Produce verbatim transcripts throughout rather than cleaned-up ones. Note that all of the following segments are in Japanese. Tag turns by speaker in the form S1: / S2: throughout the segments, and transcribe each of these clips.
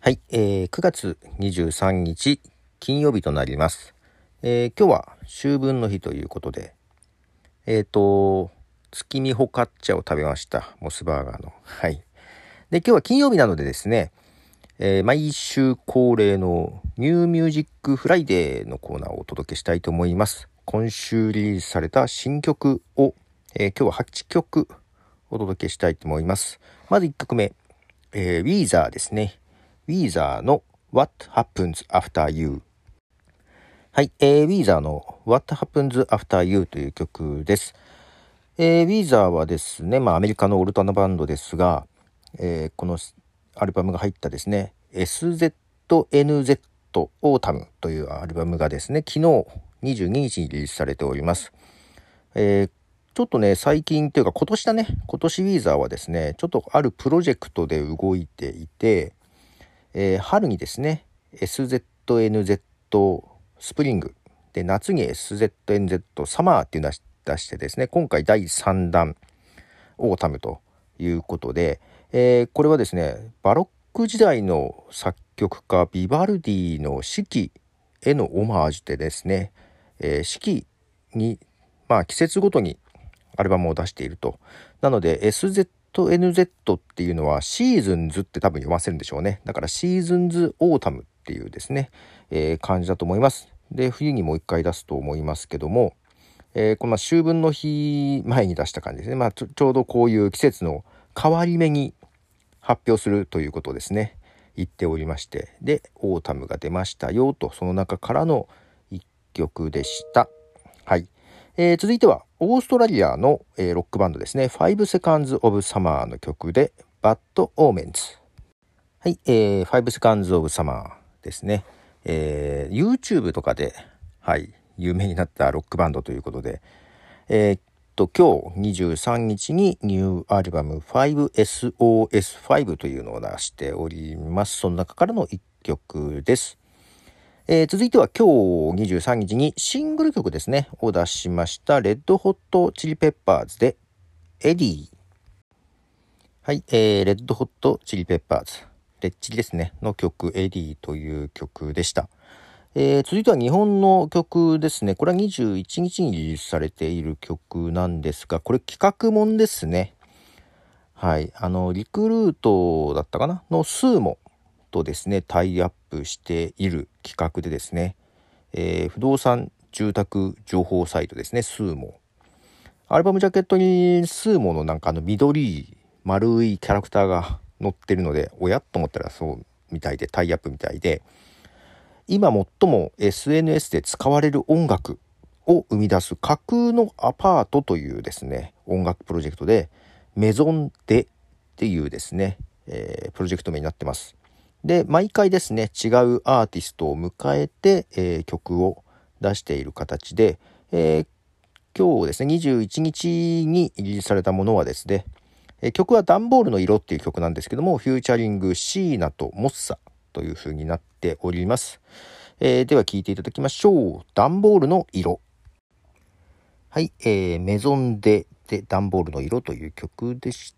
S1: はい、えー、くがつにじゅうさんにち金曜日となります。えー、今日は秋分の日ということで、えーと、月見ホカッチャを食べました。モスバーガーの。はい。で、今日は金曜日なのでですね、えー、毎週恒例のニューミュージックフライデーのコーナーをお届けしたいと思います。今週リリースされた新曲を、えー、今日ははちきょくお届けしたいと思います。まずいっきょくめ、えー、ウィーザーですね。ウィーザーの What Happens After You。はい、えー、ウィーザーの What Happens After You という曲です。えー、ウィーザーはですね、まあアメリカのオルタナバンドですが、えー、このアルバムが入ったですね、エスゼットエヌゼット オータムというアルバムがですね、昨日にじゅうににちにリリースされております。えーちょっとね、最近というか今年だね、今年ウィーザーはですね、ちょっとあるプロジェクトで動いていて、えー、春にですね エスゼットエヌゼット スプリングで、夏に エスゼットエヌゼット サマーっていうのを出してですね、今回だいさんだんオータムということで、えー、これはですねバロック時代の作曲家ビバルディの四季へのオマージュでですね、えー、四季にまあ季節ごとにアルバムを出していると。なので エスゼットエヌゼット っていうのはシーズンズって多分読ませるんでしょうね。だからシーズンズオータムっていうですね、えー、感じだと思います。で、冬にもう一回出すと思いますけども、えー、このまあ秋分の日前に出した感じですね。まあちょ、ちょうどこういう季節の変わり目に発表するということですね。言っておりまして。で、オータムが出ましたよと、その中からの一曲でした。はい。えー、続いてはオーストラリアの、えー、ロックバンドですね。ファイブ Seconds of Summer の曲で Bad Omens。はい、えー、ファイブ Seconds of Summer ですね。えー、YouTube とかで、はい、有名になったロックバンドということで、えー、っと、今日にじゅうさんにちにニューアルバム ファイブエスオーエスファイブ というのを出しております。その中からのいっきょくです。えー、続いては今日にじゅうさんにちにシングル曲ですねを出しましたレッドホットチリペッパーズでエディ。はい、えー、レッドホットチリペッパーズレッチリですねの曲エディという曲でした。えー、続いては日本の曲ですね。これはにじゅういちにちにリリースされている曲なんですが、これ企画もんですね。はい、あのリクルートだったかなのスーモとですねタイアップしている企画でですね、えー、不動産住宅情報サイトですね、スーモ。アルバムジャケットにスーモのなんかあの緑丸いキャラクターが載ってるので、おやと思ったらそうみたいで、タイアップみたいで、今最も エスエヌエス で使われる音楽を生み出す架空のアパートというですね音楽プロジェクトで、メゾンデっていうですね、えー、プロジェクト名になってます。で、毎回ですね違うアーティストを迎えて、えー、曲を出している形で、えー、今日ですねにじゅういちにちにリリースされたものはですね、えー、曲はダンボールの色っていう曲なんですけども、フューチャリングシーナとモッサという風になっております。えー、では聴いていただきましょう。ダンボールの色。はい、えー、メゾンデでダンボールの色という曲でした。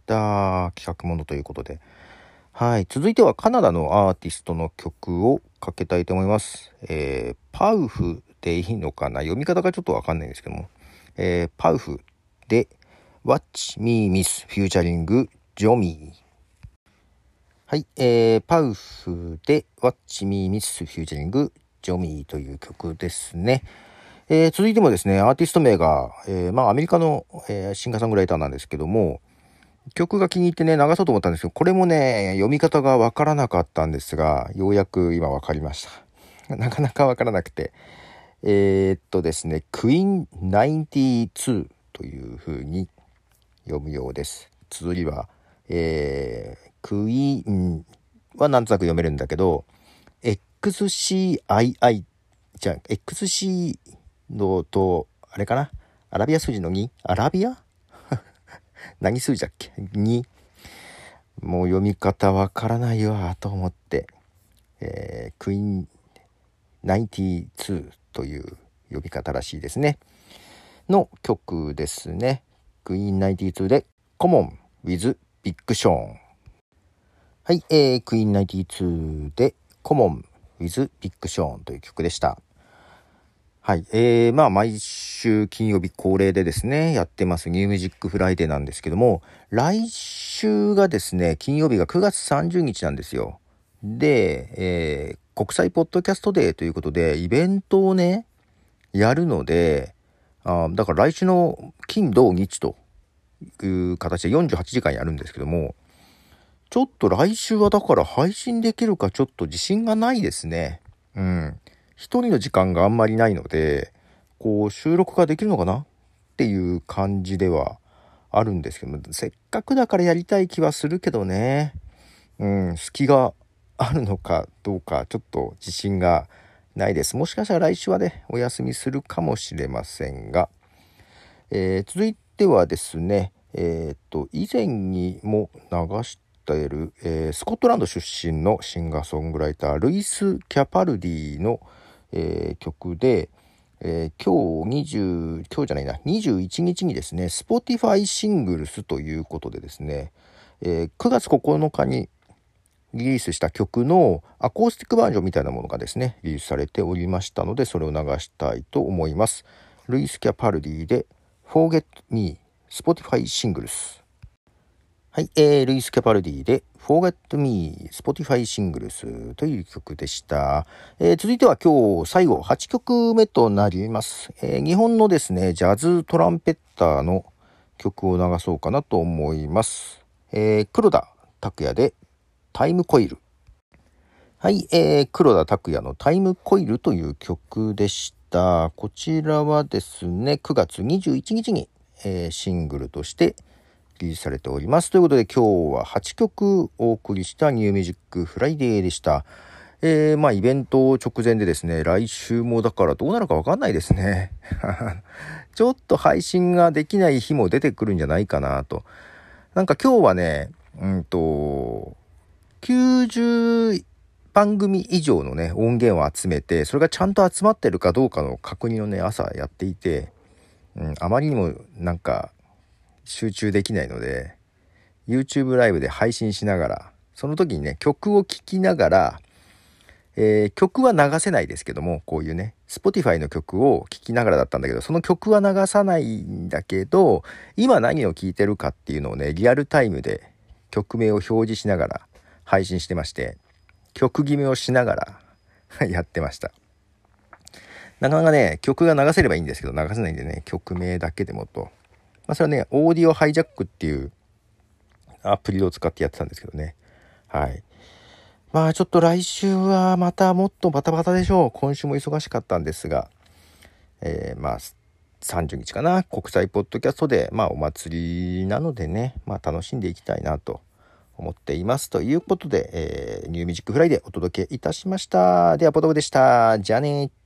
S1: 企画ものということで。はい、続いてはカナダのアーティストの曲をかけたいと思います。えー、パウフでいいのかな、読み方がちょっとわかんないんですけども、えー、パウフで Watch Me Miss フューチャリングジョミー。はい、えー、パウフで Watch Me Miss フューチャリングジョミーという曲ですね。えー、続いてもですね、アーティスト名が、えー、まあアメリカの、えー、シンガーソングライターなんですけども、曲が気に入ってね流そうと思ったんですけど、これもね読み方がわからなかったんですが、ようやく今わかりました。なかなかわからなくて、えー、っとですねクイーンきゅうじゅうにという風に読むようです。綴りは、えー、クイーンはなんとなく読めるんだけど、 エックスシーアイアイ じゃあ エックスシー のとあれかな、アラビア数字のに、アラビア何数字だっけに、もう読み方わからないわと思って、えー、クイーンきゅうじゅうにという呼び方らしいですねの曲ですね。クイーンきゅうじゅうにでコモン with ビッグショーン。 はい、えー、クイーンナインティツーでコモン with ビッグショーンという曲でした。はい、えー、まあ毎週金曜日恒例でですね、やってますニューミュージックフライデーなんですけども、来週がですね、金曜日がくがつさんじゅうにちなんですよ。で、えー、国際ポッドキャストデーということで、イベントをね、やるので、あだから来週の金土日という形でよんじゅうはちじかんやるんですけども、ちょっと来週はだから配信できるかちょっと自信がないですね。うん。一人の時間があんまりないので、こう収録ができるのかなっていう感じではあるんですけども、せっかくだからやりたい気はするけどね。うん、隙があるのかどうかちょっと自信がないです。もしかしたら来週はね、お休みするかもしれませんが、えー、続いてはですね、えー、っと、以前にも流してえる、えー、スコットランド出身のシンガーソングライタールイス・キャパルディの、えー、曲で、えー、今日にじゅう今日じゃないなにじゅういちにちにですね Spotify シングルスということでですね、えー、くがつここのかにリリースした曲のアコースティックバージョンみたいなものがですねリリースされておりましたので、それを流したいと思います。ルイス・キャパルディで Forget Me Spotify シングルス。はい、えー、ルイス・キャパルディで Forget Me Spotify シングルスという曲でした。えー、続いては今日最後はちきょくめとなります。えー、日本のですねジャズトランペッターの曲を流そうかなと思います。えー、黒田拓也でタイムコイル。はい、えー、黒田拓也のタイムコイルという曲でした。こちらはですねくがつにじゅういちにちに、えー、シングルとしてリリースされております。ということで今日ははちきょくお送りしたニューミュージックフライデーでした。えー、まあイベント直前でですね、来週もだからどうなるかわかんないですね。ちょっと配信ができない日も出てくるんじゃないかなと。なんか今日はね、うんと、きゅうじゅうばんぐみ以上のね、音源を集めて、それがちゃんと集まってるかどうかの確認をね、朝やっていて、うん、あまりにもなんか、集中できないので YouTube ライブで配信しながら、その時にね曲を聴きながら、えー、曲は流せないですけども、こういうね Spotify の曲を聴きながらだったんだけど、その曲は流さないんだけど今何を聴いてるかっていうのをねリアルタイムで曲名を表示しながら配信してまして、曲決めをしながらやってました。なかなかね曲が流せればいいんですけど流せないんでね、曲名だけでもと、まあ、それはね、オーディオハイジャックっていうアプリを使ってやってたんですけどね。はい。まあちょっと来週はまたもっとバタバタでしょう。今週も忙しかったんですが、えー、まあさんじゅうにちかな、国際ポッドキャストで、まあお祭りなのでね、まあ楽しんでいきたいなと思っています。ということで、えー、ニューミュージックフライデーお届けいたしました。ではポトフでした。じゃあね。